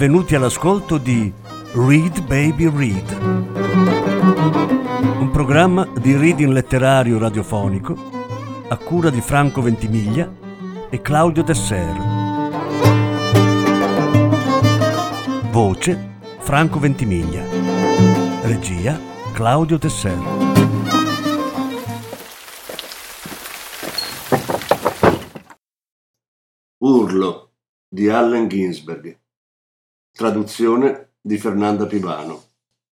benvenuti all'ascolto di Read Baby Read, un programma di reading letterario radiofonico a cura di Franco Ventimiglia e Claudio Desser. Voce Franco Ventimiglia. Regia Claudio Desser. Urlo di Allen Ginsberg. Traduzione di Fernanda Pivano.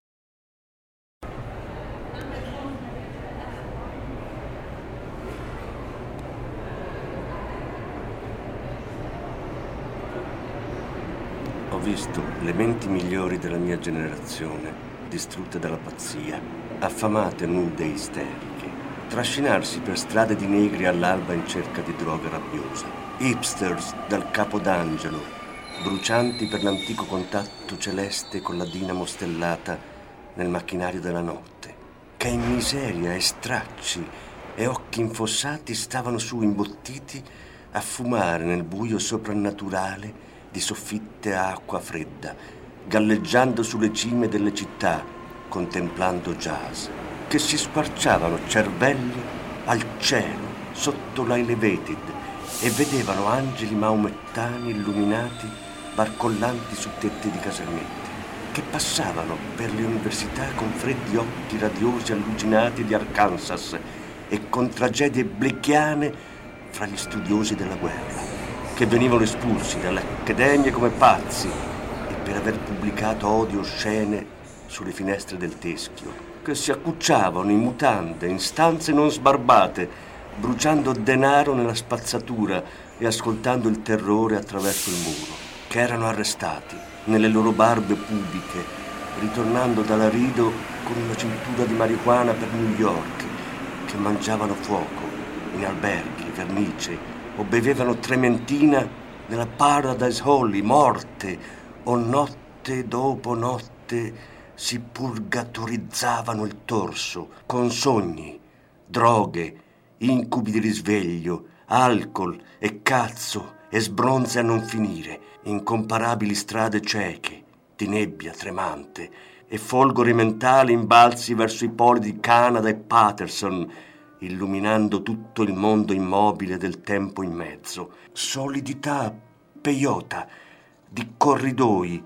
Ho visto le menti migliori della mia generazione distrutte dalla pazzia, affamate, nude e isteriche, trascinarsi per strade di negri all'alba in cerca di droga rabbiosa, hipsters dal capo d'angelo, brucianti per l'antico contatto celeste con la dinamo stellata nel macchinario della notte, che in miseria e stracci e occhi infossati stavano su imbottiti a fumare nel buio soprannaturale di soffitte a acqua fredda, galleggiando sulle cime delle città, contemplando jazz, che si squarciavano cervelli al cielo sotto la Elevated e vedevano angeli maomettani illuminati barcollanti su tetti di casermette, che passavano per le università con freddi occhi radiosi allucinati di Arkansas e con tragedie blecchiane fra gli studiosi della guerra, che venivano espulsi dalle accademie come pazzi e per aver pubblicato odio oscene sulle finestre del teschio, che si accucciavano in mutande in stanze non sbarbate, bruciando denaro nella spazzatura e ascoltando il terrore attraverso il muro, che erano arrestati nelle loro barbe pubiche, ritornando da Laredo con una cintura di marijuana per New York, che mangiavano fuoco in alberghi, vernice, o bevevano trementina nella Paradise Holly, morte, o notte dopo notte si purgatorizzavano il torso con sogni, droghe, incubi di risveglio, alcol e cazzo e sbronze a non finire, incomparabili strade cieche, di nebbia tremante e folgori mentali imbalzi verso i poli di Canada e Patterson, illuminando tutto il mondo immobile del tempo in mezzo. Solidità peiota di corridoi,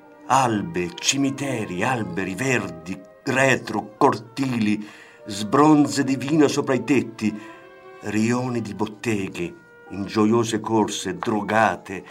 albe, cimiteri, alberi verdi, retro, cortili, sbronze di vino sopra i tetti, rioni di botteghe in gioiose corse drogate,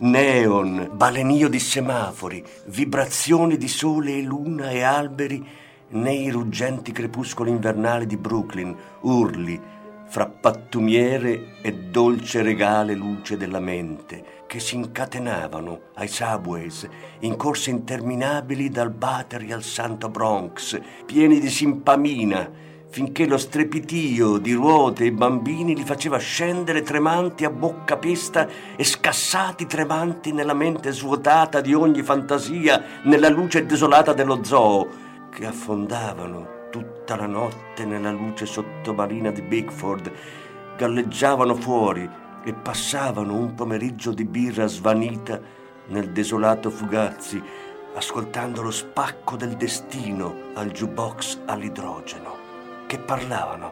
neon, balenio di semafori, vibrazioni di sole e luna e alberi nei ruggenti crepuscoli invernali di Brooklyn, urli fra pattumiere e dolce regale luce della mente, che si incatenavano ai subways in corse interminabili dal Battery al Santo Bronx, pieni di simpamina, finché lo strepitio di ruote e bambini li faceva scendere tremanti a bocca pesta e scassati tremanti nella mente svuotata di ogni fantasia, nella luce desolata dello zoo, che affondavano tutta la notte nella luce sottomarina di Bickford, galleggiavano fuori e passavano un pomeriggio di birra svanita nel desolato Fugazzi, ascoltando lo spacco del destino al jukebox all'idrogeno, che parlavano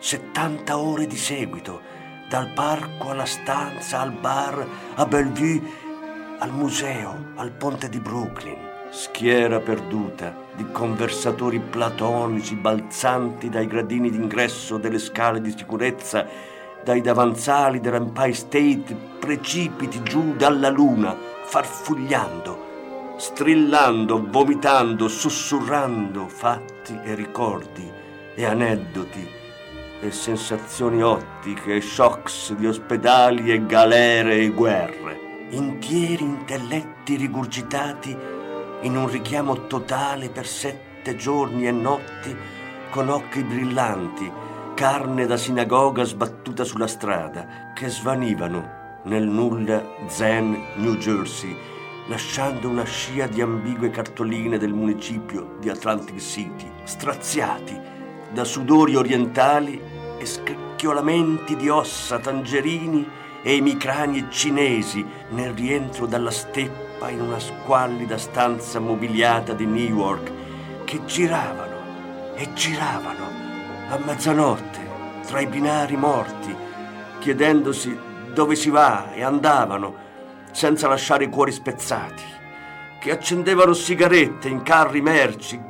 70 ore di seguito, dal parco alla stanza, al bar, a Bellevue, al museo, al ponte di Brooklyn. Schiera perduta di conversatori platonici balzanti dai gradini d'ingresso delle scale di sicurezza, dai davanzali dell'Empire State, precipiti giù dalla luna, farfugliando, strillando, vomitando, sussurrando fatti e ricordi e aneddoti e sensazioni ottiche e shocks di ospedali e galere e guerre, intieri intelletti rigurgitati in un richiamo totale per 7 giorni e notti, con occhi brillanti, carne da sinagoga sbattuta sulla strada, che svanivano nel nulla zen New Jersey, lasciando una scia di ambigue cartoline del municipio di Atlantic City, straziati da sudori orientali e scricchiolamenti di ossa tangerini e emicranie cinesi nel rientro dalla steppa poppa in una squallida stanza mobiliata di Newark, che giravano e giravano a mezzanotte tra i binari morti, chiedendosi dove si va, e andavano senza lasciare i cuori spezzati, che accendevano sigarette in carri merci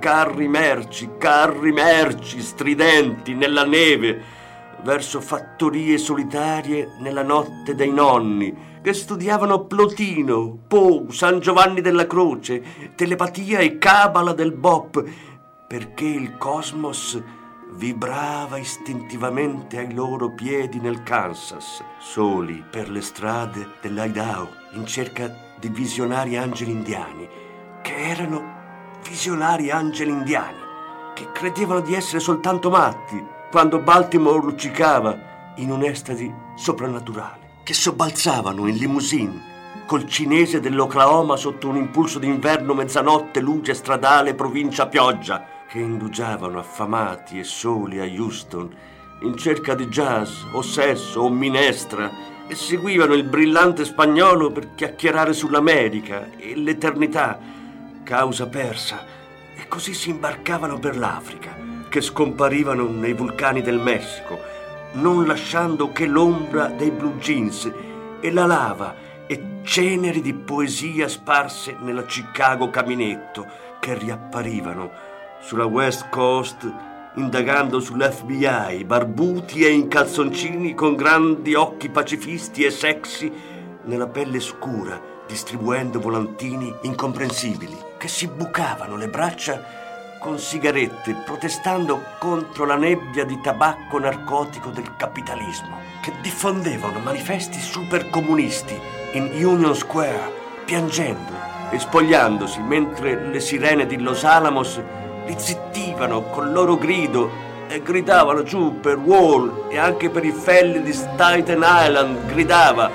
stridenti nella neve, verso fattorie solitarie nella notte dei nonni, che studiavano Plotino, Poe, San Giovanni della Croce, telepatia e cabala del Bop, perché il cosmos vibrava istintivamente ai loro piedi nel Kansas, soli per le strade dell'Idaho, in cerca di visionari angeli indiani, che erano visionari angeli indiani, che credevano di essere soltanto matti quando Baltimore luccicava in un'estasi soprannaturale, che sobbalzavano in limousine col cinese dell'Oklahoma sotto un impulso d'inverno, mezzanotte, luce stradale, provincia, pioggia, che indugiavano affamati e soli a Houston in cerca di jazz o sesso o minestra, e seguivano il brillante spagnolo per chiacchierare sull'America e l'eternità, causa persa, e così si imbarcavano per l'Africa, che scomparivano nei vulcani del Messico, non lasciando che l'ombra dei blue jeans e la lava e ceneri di poesia sparse nella Chicago caminetto, che riapparivano sulla West Coast indagando sull'FBI, barbuti e in calzoncini con grandi occhi pacifisti e sexy nella pelle scura, distribuendo volantini incomprensibili, che si bucavano le braccia con sigarette, protestando contro la nebbia di tabacco narcotico del capitalismo, che diffondevano manifesti supercomunisti in Union Square, piangendo e spogliandosi, mentre le sirene di Los Alamos li zittivano col loro grido e gridavano giù per Wall, e anche per i felli di Staten Island gridava,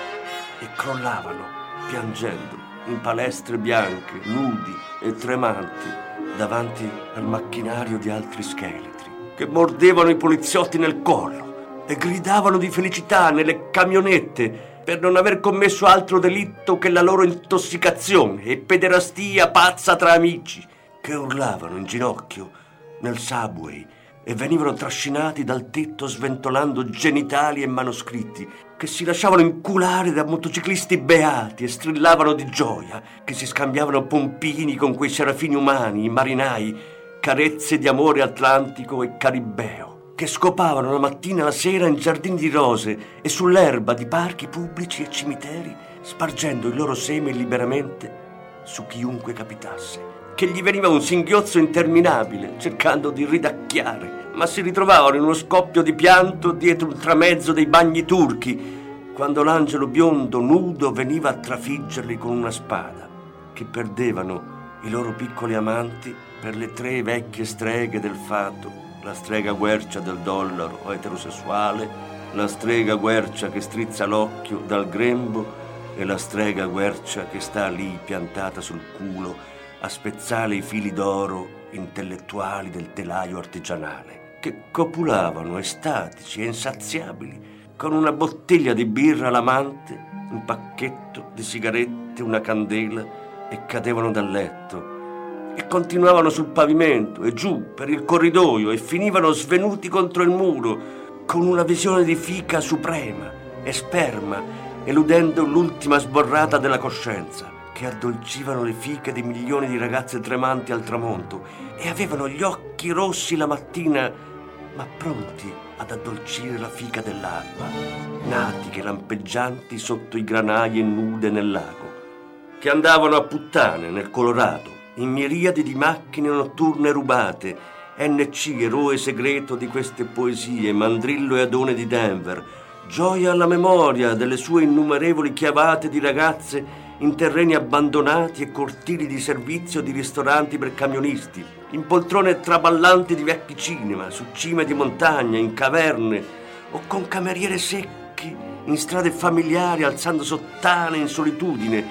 e crollavano piangendo in palestre bianche, nudi e tremanti davanti al macchinario di altri scheletri, che mordevano i poliziotti nel collo e gridavano di felicità nelle camionette per non aver commesso altro delitto che la loro intossicazione e pederastia pazza tra amici, che urlavano in ginocchio nel subway e venivano trascinati dal tetto sventolando genitali e manoscritti, che si lasciavano inculare da motociclisti beati e strillavano di gioia, che si scambiavano pompini con quei serafini umani, i marinai, carezze di amore atlantico e caribeo, che scopavano la mattina e la sera in giardini di rose e sull'erba di parchi pubblici e cimiteri, spargendo il loro seme liberamente su chiunque capitasse, che gli veniva un singhiozzo interminabile cercando di ridacchiare, ma si ritrovavano in uno scoppio di pianto dietro un tramezzo dei bagni turchi, quando l'angelo biondo nudo veniva a trafiggerli con una spada, che perdevano i loro piccoli amanti per le 3 vecchie streghe del fato: la strega guercia del dollaro eterosessuale, la strega guercia che strizza l'occhio dal grembo e la strega guercia che sta lì piantata sul culo a spezzare i fili d'oro intellettuali del telaio artigianale, che copulavano estatici e insaziabili con una bottiglia di birra all'amante, un pacchetto di sigarette, una candela, e cadevano dal letto e continuavano sul pavimento e giù per il corridoio e finivano svenuti contro il muro con una visione di fica suprema e sperma, eludendo l'ultima sborrata della coscienza, che addolcivano le fiche di milioni di ragazze tremanti al tramonto e avevano gli occhi rossi la mattina, ma pronti ad addolcire la fica dell'alba, natiche lampeggianti sotto i granai e nude nel lago, che andavano a puttane nel Colorado, in miriadi di macchine notturne rubate, NC, eroe segreto di queste poesie, mandrillo e adone di Denver, gioia alla memoria delle sue innumerevoli chiavate di ragazze in terreni abbandonati e cortili di servizio di ristoranti per camionisti, in poltrone traballanti di vecchi cinema, su cime di montagna, in caverne o con cameriere secchi, in strade familiari alzando sottane in solitudine,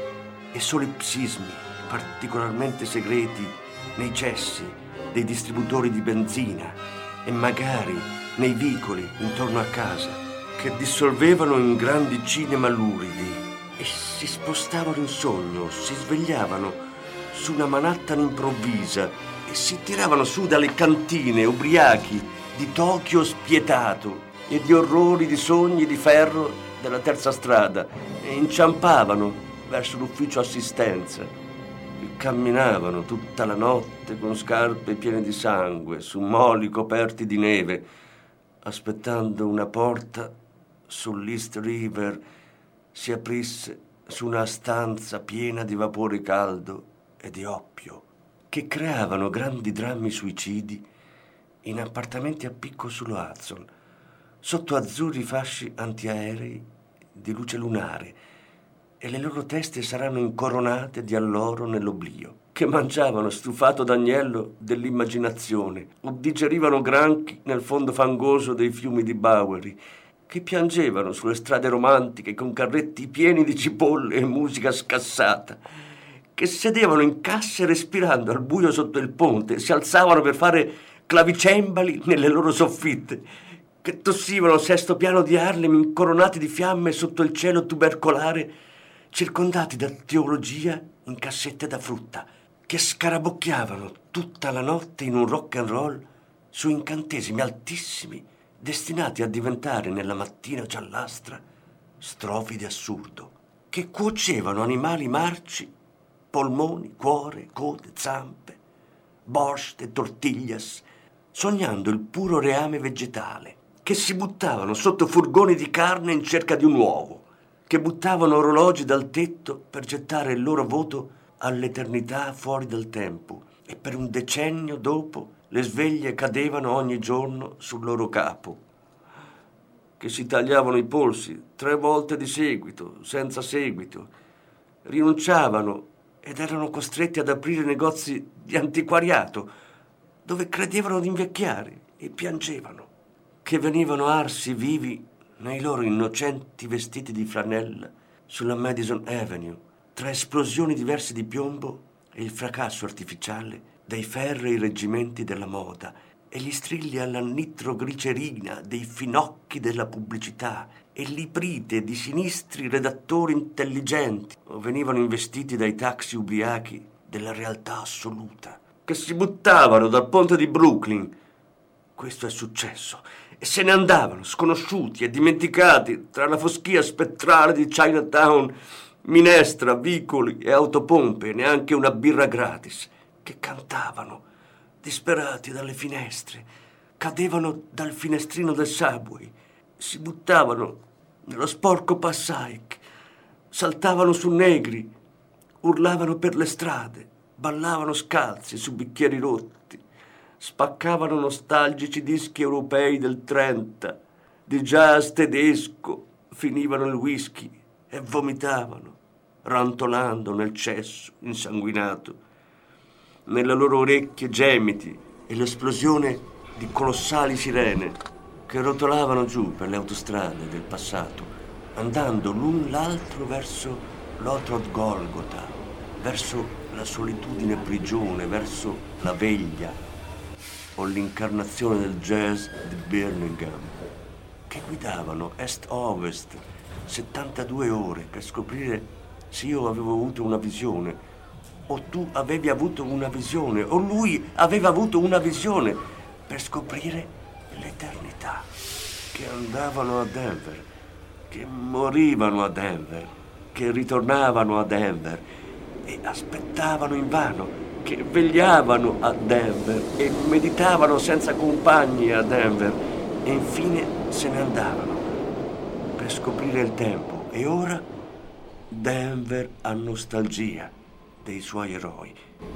e solipsismi particolarmente segreti nei cessi dei distributori di benzina e magari nei vicoli intorno a casa, che dissolvevano in grandi cinema luridi e si spostavano in sogno, si svegliavano su una Manhattan improvvisa e si tiravano su dalle cantine ubriachi di Tokyo spietato e di orrori di sogni di ferro della terza strada e inciampavano verso l'ufficio assistenza e camminavano tutta la notte con scarpe piene di sangue su moli coperti di neve, aspettando una porta sull'East River si aprisse su una stanza piena di vapore caldo e di oppio, che creavano grandi drammi suicidi in appartamenti a picco sullo Hudson, sotto azzurri fasci antiaerei di luce lunare, e le loro teste saranno incoronate di alloro nell'oblio, che mangiavano stufato d'agnello dell'immaginazione o digerivano granchi nel fondo fangoso dei fiumi di Bowery, che piangevano sulle strade romantiche con carretti pieni di cipolle e musica scassata, che sedevano in casse respirando al buio sotto il ponte, si alzavano per fare clavicembali nelle loro soffitte, che tossivano al sesto piano di Harlem incoronati di fiamme sotto il cielo tubercolare, circondati da teologia in cassette da frutta, che scarabocchiavano tutta la notte in un rock and roll su incantesimi altissimi destinati a diventare nella mattina giallastra strofi di assurdo, che cuocevano animali marci, polmoni, cuore, code, zampe, borscht e tortillas, sognando il puro reame vegetale, che si buttavano sotto furgoni di carne in cerca di un uovo, che buttavano orologi dal tetto per gettare il loro voto all'eternità fuori dal tempo, e per un decennio dopo le sveglie cadevano ogni giorno sul loro capo, che si tagliavano i polsi 3 volte di seguito, senza seguito, rinunciavano ed erano costretti ad aprire negozi di antiquariato dove credevano di invecchiare e piangevano, che venivano arsi vivi nei loro innocenti vestiti di flanella sulla Madison Avenue, tra esplosioni diverse di piombo e il fracasso artificiale dei ferrei reggimenti della moda e gli strilli alla nitroglicerina dei finocchi della pubblicità e l'iprite di sinistri redattori intelligenti o venivano investiti dai taxi ubriachi della realtà assoluta, che si buttavano dal ponte di Brooklyn. Questo è successo e se ne andavano sconosciuti e dimenticati tra la foschia spettrale di Chinatown, minestra, vicoli e autopompe, neanche una birra gratis, che cantavano, disperati dalle finestre, cadevano dal finestrino del subway, si buttavano nello sporco Passaic, saltavano su negri, urlavano per le strade, ballavano scalzi su bicchieri rotti, spaccavano nostalgici dischi europei del 30, di jazz tedesco, finivano il whisky e vomitavano, rantolando nel cesso insanguinato, nelle loro orecchie gemiti e l'esplosione di colossali sirene che rotolavano giù per le autostrade del passato, andando l'un l'altro verso l'Otrod Golgotha, verso la solitudine prigione, verso la veglia o l'incarnazione del jazz di Birmingham, che guidavano est-ovest 72 ore per scoprire se io avevo avuto una visione, o tu avevi avuto una visione, o lui aveva avuto una visione, per scoprire l'eternità, che andavano a Denver, che morivano a Denver, che ritornavano a Denver e aspettavano invano, che vegliavano a Denver e meditavano senza compagni a Denver e infine se ne andavano per scoprire il tempo. E ora Denver ha nostalgia dei suoi eroi,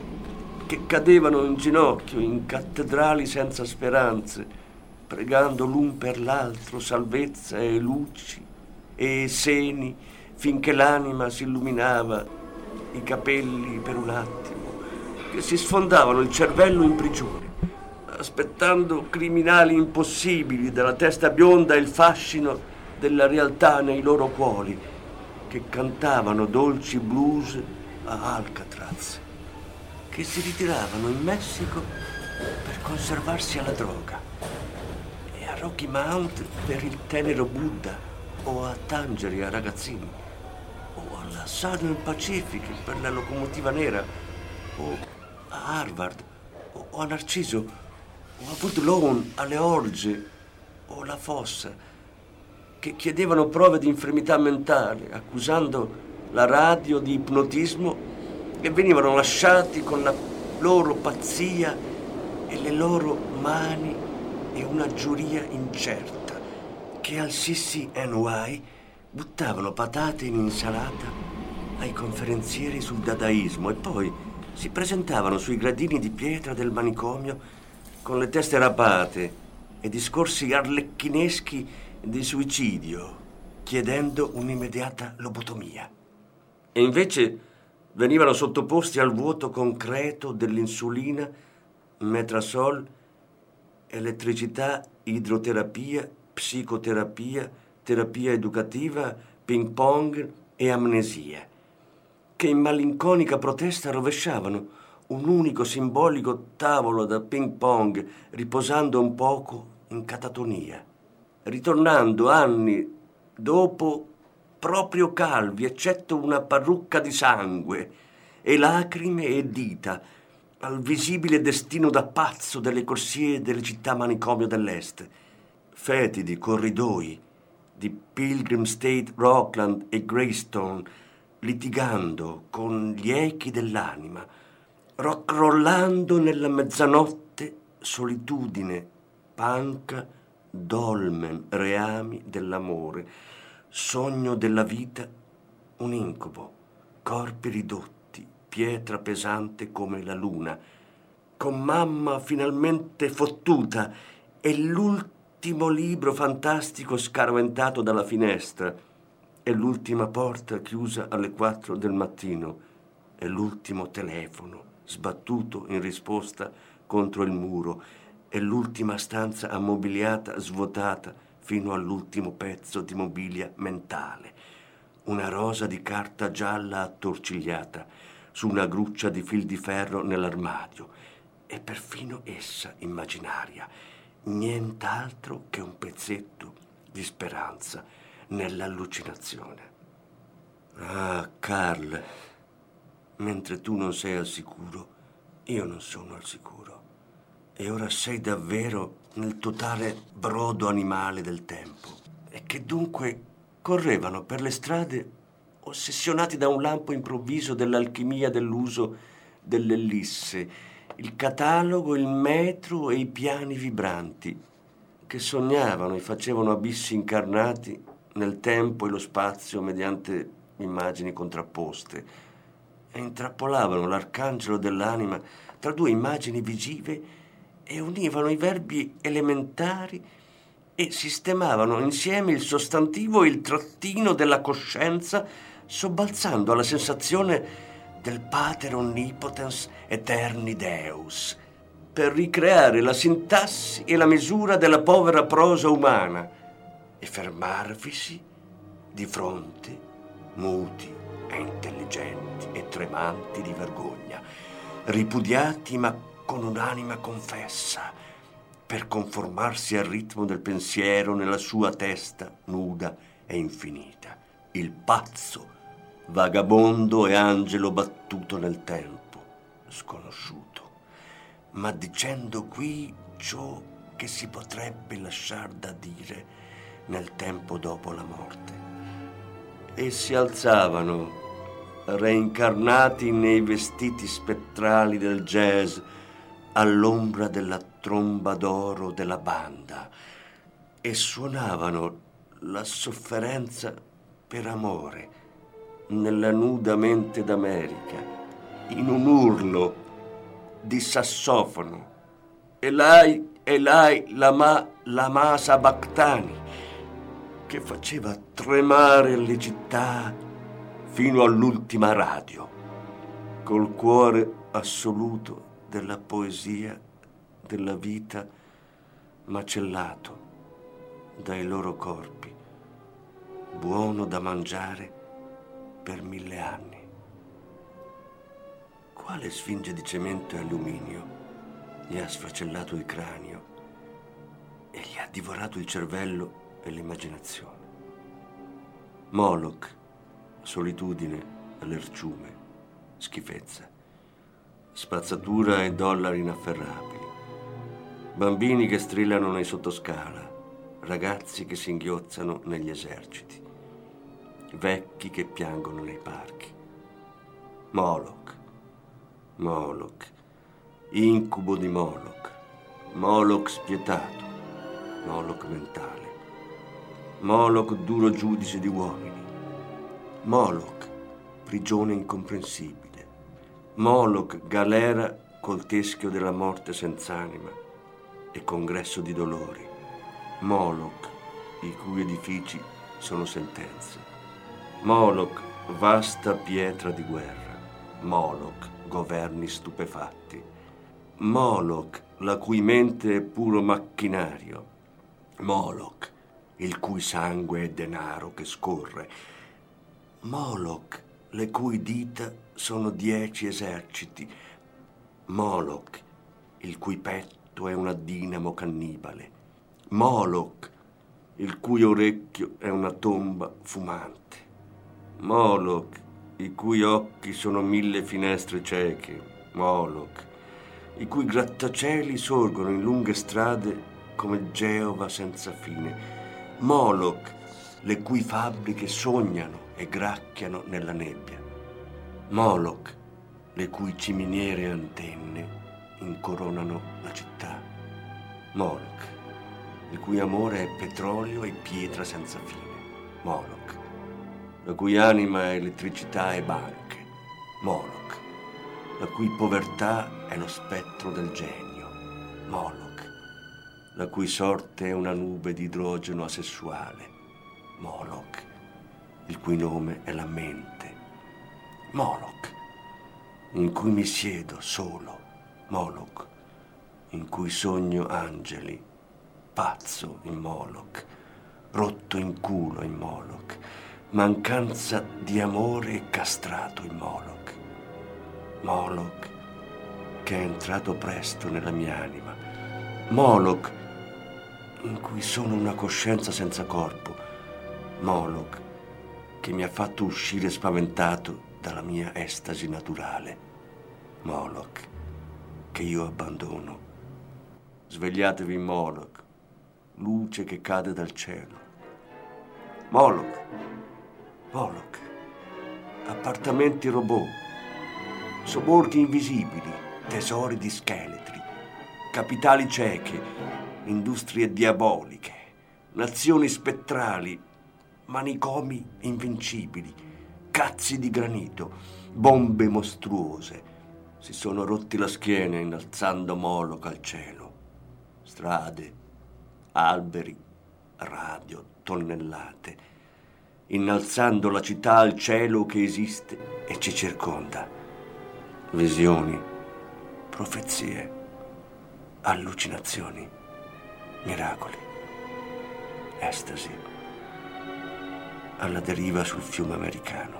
che cadevano in ginocchio in cattedrali senza speranze, pregando l'un per l'altro salvezza e luci e seni, finché l'anima si illuminava, i capelli per un attimo, che si sfondavano il cervello in prigione, aspettando criminali impossibili dalla testa bionda e il fascino della realtà nei loro cuori, che cantavano dolci blues a Alcatraz, che si ritiravano in Messico per conservarsi alla droga e a Rocky Mount per il tenero Buddha o a Tangeri a ragazzini, o alla Southern Pacific per la locomotiva nera, o a Harvard, o a Narciso, o a Woodlawn alle orge, o alla Fossa, che chiedevano prove di infermità mentale, accusando la radio di ipnotismo, e venivano lasciati con la loro pazzia e le loro mani e una giuria incerta, che al CCNY buttavano patate in insalata ai conferenzieri sul dadaismo e poi si presentavano sui gradini di pietra del manicomio con le teste rapate e discorsi arlecchineschi di suicidio, chiedendo un'immediata lobotomia. E invece venivano sottoposti al vuoto concreto dell'insulina, metrazol, elettricità, idroterapia, psicoterapia, terapia educativa, ping pong e amnesia, che in malinconica protesta rovesciavano un unico simbolico tavolo da ping pong, riposando un poco in catatonia, ritornando anni dopo proprio calvi, eccetto una parrucca di sangue e lacrime e dita, al visibile destino da pazzo delle corsie delle città manicomio dell'Est, fetidi corridoi di Pilgrim State, Rockland e Greystone, litigando con gli echi dell'anima, roccrollando nella mezzanotte solitudine, panca, dolmen, reami dell'amore, sogno della vita, un incubo, corpi ridotti, pietra pesante come la luna, con mamma finalmente fottuta e l'ultimo libro fantastico scaraventato dalla finestra e l'ultima porta chiusa alle 4 del mattino e l'ultimo telefono sbattuto in risposta contro il muro e l'ultima stanza ammobiliata svuotata fino all'ultimo pezzo di mobilia mentale, una rosa di carta gialla attorcigliata su una gruccia di fil di ferro nell'armadio e perfino essa immaginaria, nient'altro che un pezzetto di speranza nell'allucinazione. Ah, Carl, mentre tu non sei al sicuro, io non sono al sicuro. E ora sei davvero nel totale brodo animale del tempo, e che dunque correvano per le strade ossessionati da un lampo improvviso dell'alchimia dell'uso dell'ellisse, il catalogo, il metro e i piani vibranti, che sognavano e facevano abissi incarnati nel tempo e lo spazio mediante immagini contrapposte, e intrappolavano l'arcangelo dell'anima tra due immagini visive e univano i verbi elementari e sistemavano insieme il sostantivo e il trattino della coscienza, sobbalzando alla sensazione del Pater Omnipotens Eterni Deus, per ricreare la sintassi e la misura della povera prosa umana e fermarvisi di fronte, muti e intelligenti e tremanti di vergogna, ripudiati ma con un'anima confessa, per conformarsi al ritmo del pensiero nella sua testa nuda e infinita, il pazzo, vagabondo e angelo battuto nel tempo, sconosciuto, ma dicendo qui ciò che si potrebbe lasciar da dire nel tempo dopo la morte. E si alzavano, reincarnati nei vestiti spettrali del jazz, all'ombra della tromba d'oro della banda, e suonavano la sofferenza per amore nella nuda mente d'America, in un urlo di sassofono, Elai lama sabachthani, che faceva tremare le città fino all'ultima radio, col cuore assoluto della poesia della vita macellato dai loro corpi, buono da mangiare per 1000 anni. Quale sfinge di cemento e alluminio gli ha sfracellato il cranio e gli ha divorato il cervello e l'immaginazione? Moloch solitudine e lerciume, schifezza, spazzatura e dollari inafferrabili, bambini che strillano nei sottoscala, ragazzi che singhiozzano negli eserciti, vecchi che piangono nei parchi. Moloch, Moloch, incubo di Moloch, Moloch spietato, Moloch mentale, Moloch duro giudice di uomini, Moloch prigione incomprensibile, Moloch galera col teschio della morte senz'anima e congresso di dolori, Moloch i cui edifici sono sentenze, Moloch vasta pietra di guerra, Moloch governi stupefatti, Moloch la cui mente è puro macchinario, Moloch il cui sangue è denaro che scorre, Moloch le cui dita sono 10 eserciti, Moloch il cui petto è una dinamo cannibale, Moloch il cui orecchio è una tomba fumante, Moloch i cui occhi sono 1000 finestre cieche, Moloch i cui grattacieli sorgono in lunghe strade come Geova senza fine, Moloch le cui fabbriche sognano e gracchiano nella nebbia, Moloch le cui ciminiere e antenne incoronano la città, Moloch il cui amore è petrolio e pietra senza fine, Moloch la cui anima è elettricità e banche, Moloch la cui povertà è lo spettro del genio, Moloch la cui sorte è una nube di idrogeno asessuale, Moloch il cui nome è la mente, Moloch in cui mi siedo solo, Moloch in cui sogno angeli, pazzo in Moloch, rotto in culo in Moloch, mancanza di amore e castrato in Moloch, Moloch che è entrato presto nella mia anima, Moloch in cui sono una coscienza senza corpo, Moloch che mi ha fatto uscire spaventato dalla mia estasi naturale, Moloch che io abbandono. Svegliatevi Moloch, luce che cade dal cielo. Moloch, Moloch, appartamenti robot, sobborghi invisibili, tesori di scheletri, capitali cieche, industrie diaboliche, nazioni spettrali, manicomi invincibili, cazzi di granito, bombe mostruose. Si sono rotti la schiena innalzando Moloch al cielo. Strade, alberi, radio, tonnellate, innalzando la città al cielo che esiste e ci circonda. Visioni, profezie, allucinazioni, miracoli, estasi, alla deriva sul fiume americano.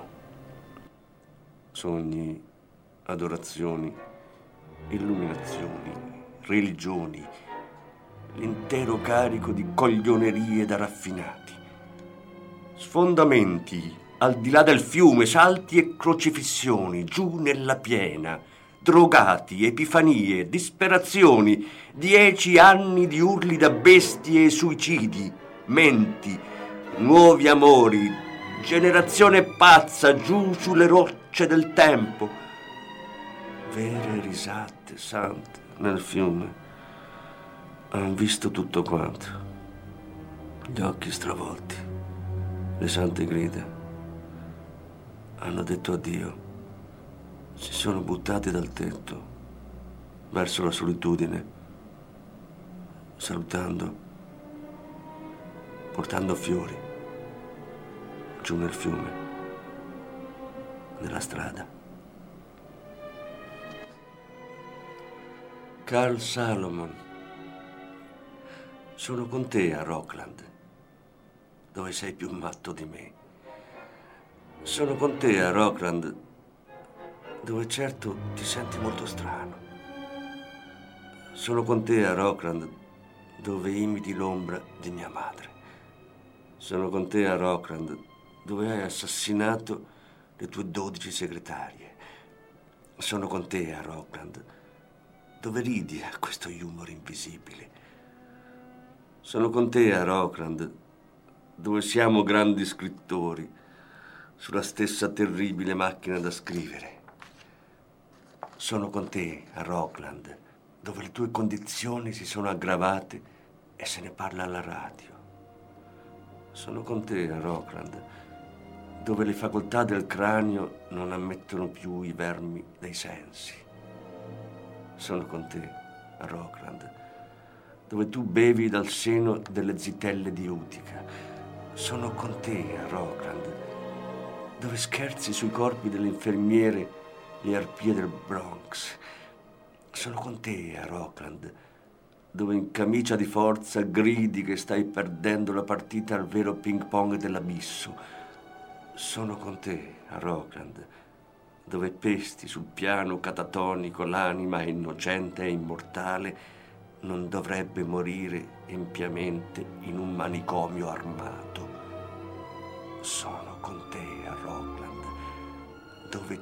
Sogni, adorazioni, illuminazioni, religioni, l'intero carico di coglionerie da raffinati. Sfondamenti, al di là del fiume, salti e crocifissioni, giù nella piena, drogati, epifanie, disperazioni, 10 anni di urli da bestie e suicidi, menti, nuovi amori, generazione pazza giù sulle rocce del tempo, vere risate sante nel fiume. Han visto tutto quanto, gli occhi stravolti, le sante grida, hanno detto addio, si sono buttati dal tetto verso la solitudine, salutando, portando fiori giù nel fiume, nella strada. Carl Salomon, sono con te a Rockland, dove sei più matto di me. Sono con te a Rockland, dove certo ti senti molto strano. Sono con te a Rockland, dove imiti l'ombra di mia madre. Sono con te a Rockland, dove hai assassinato le tue 12 segretarie. Sono con te a Rockland, dove ridi a questo humor invisibile. Sono con te a Rockland, dove siamo grandi scrittori, sulla stessa terribile macchina da scrivere. Sono con te a Rockland, dove le tue condizioni si sono aggravate e se ne parla alla radio. Sono con te a Rockland, dove le facoltà del cranio non ammettono più i vermi dei sensi. Sono con te a Rockland, dove tu bevi dal seno delle zitelle di Utica. Sono con te a Rockland, dove scherzi sui corpi delle infermiere le arpie del Bronx. Sono con te a Rockland, dove in camicia di forza gridi che stai perdendo la partita al vero ping pong dell'abisso. Sono con te a Rockland, dove pesti sul piano catatonico l'anima innocente e immortale non dovrebbe morire empiamente in un manicomio armato. Sono con te a Rockland, dove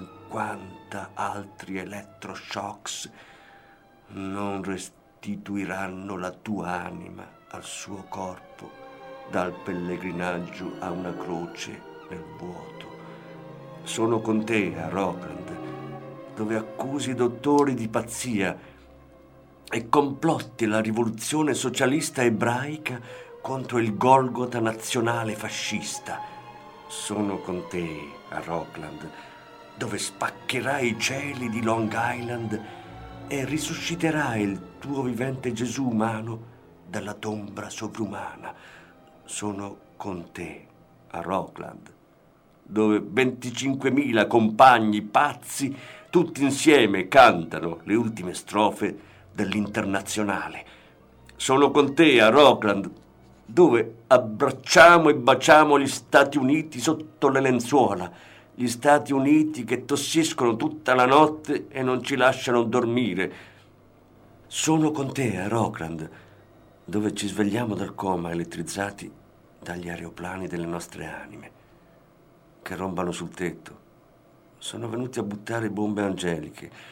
50 altri elettroshocks non restituiranno la tua anima al suo corpo dal pellegrinaggio a una croce nel vuoto. Sono con te a Rockland, dove accusi i dottori di pazzia e complotti la rivoluzione socialista ebraica contro il Golgota nazionale fascista. Sono con te a Rockland, dove spaccherai i cieli di Long Island e risusciterai il tuo vivente Gesù umano dalla tomba sovrumana. Sono con te a Rockland, dove 25.000 compagni pazzi tutti insieme cantano le ultime strofe dell'Internazionale. Sono con te a Rockland, dove abbracciamo e baciamo gli Stati Uniti sotto le lenzuola, gli Stati Uniti che tossiscono tutta la notte e non ci lasciano dormire. Sono con te a Rockland, dove ci svegliamo dal coma elettrizzati dagli aeroplani delle nostre anime, che rombano sul tetto. Sono venuti a buttare bombe angeliche.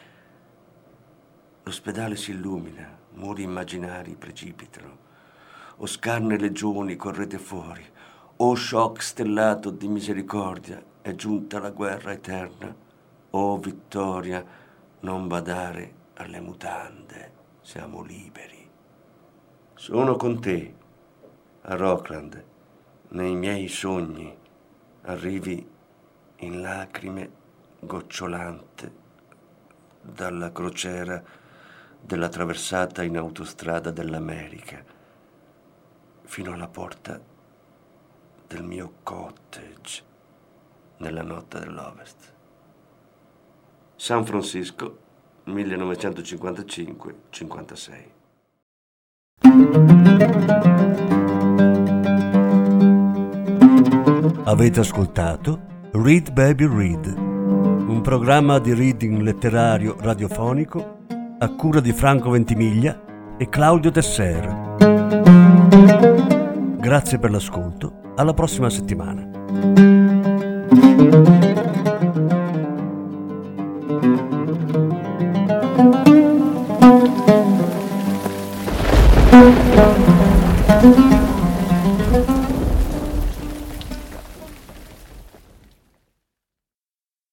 L'ospedale si illumina, muri immaginari precipitano. O scarne legioni correte fuori, o shock stellato di misericordia, è giunta la guerra eterna. O vittoria, non badare alle mutande, siamo liberi. Sono con te a Rockland, nei miei sogni, arrivi in lacrime gocciolante dalla crociera della traversata in autostrada dell'America fino alla porta del mio cottage nella notte dell'Ovest. San Francisco, 1955-56. Avete ascoltato Read Baby Read, un programma di reading letterario radiofonico a cura di Franco Ventimiglia e Claudio Tesser. Grazie per l'ascolto, alla prossima settimana.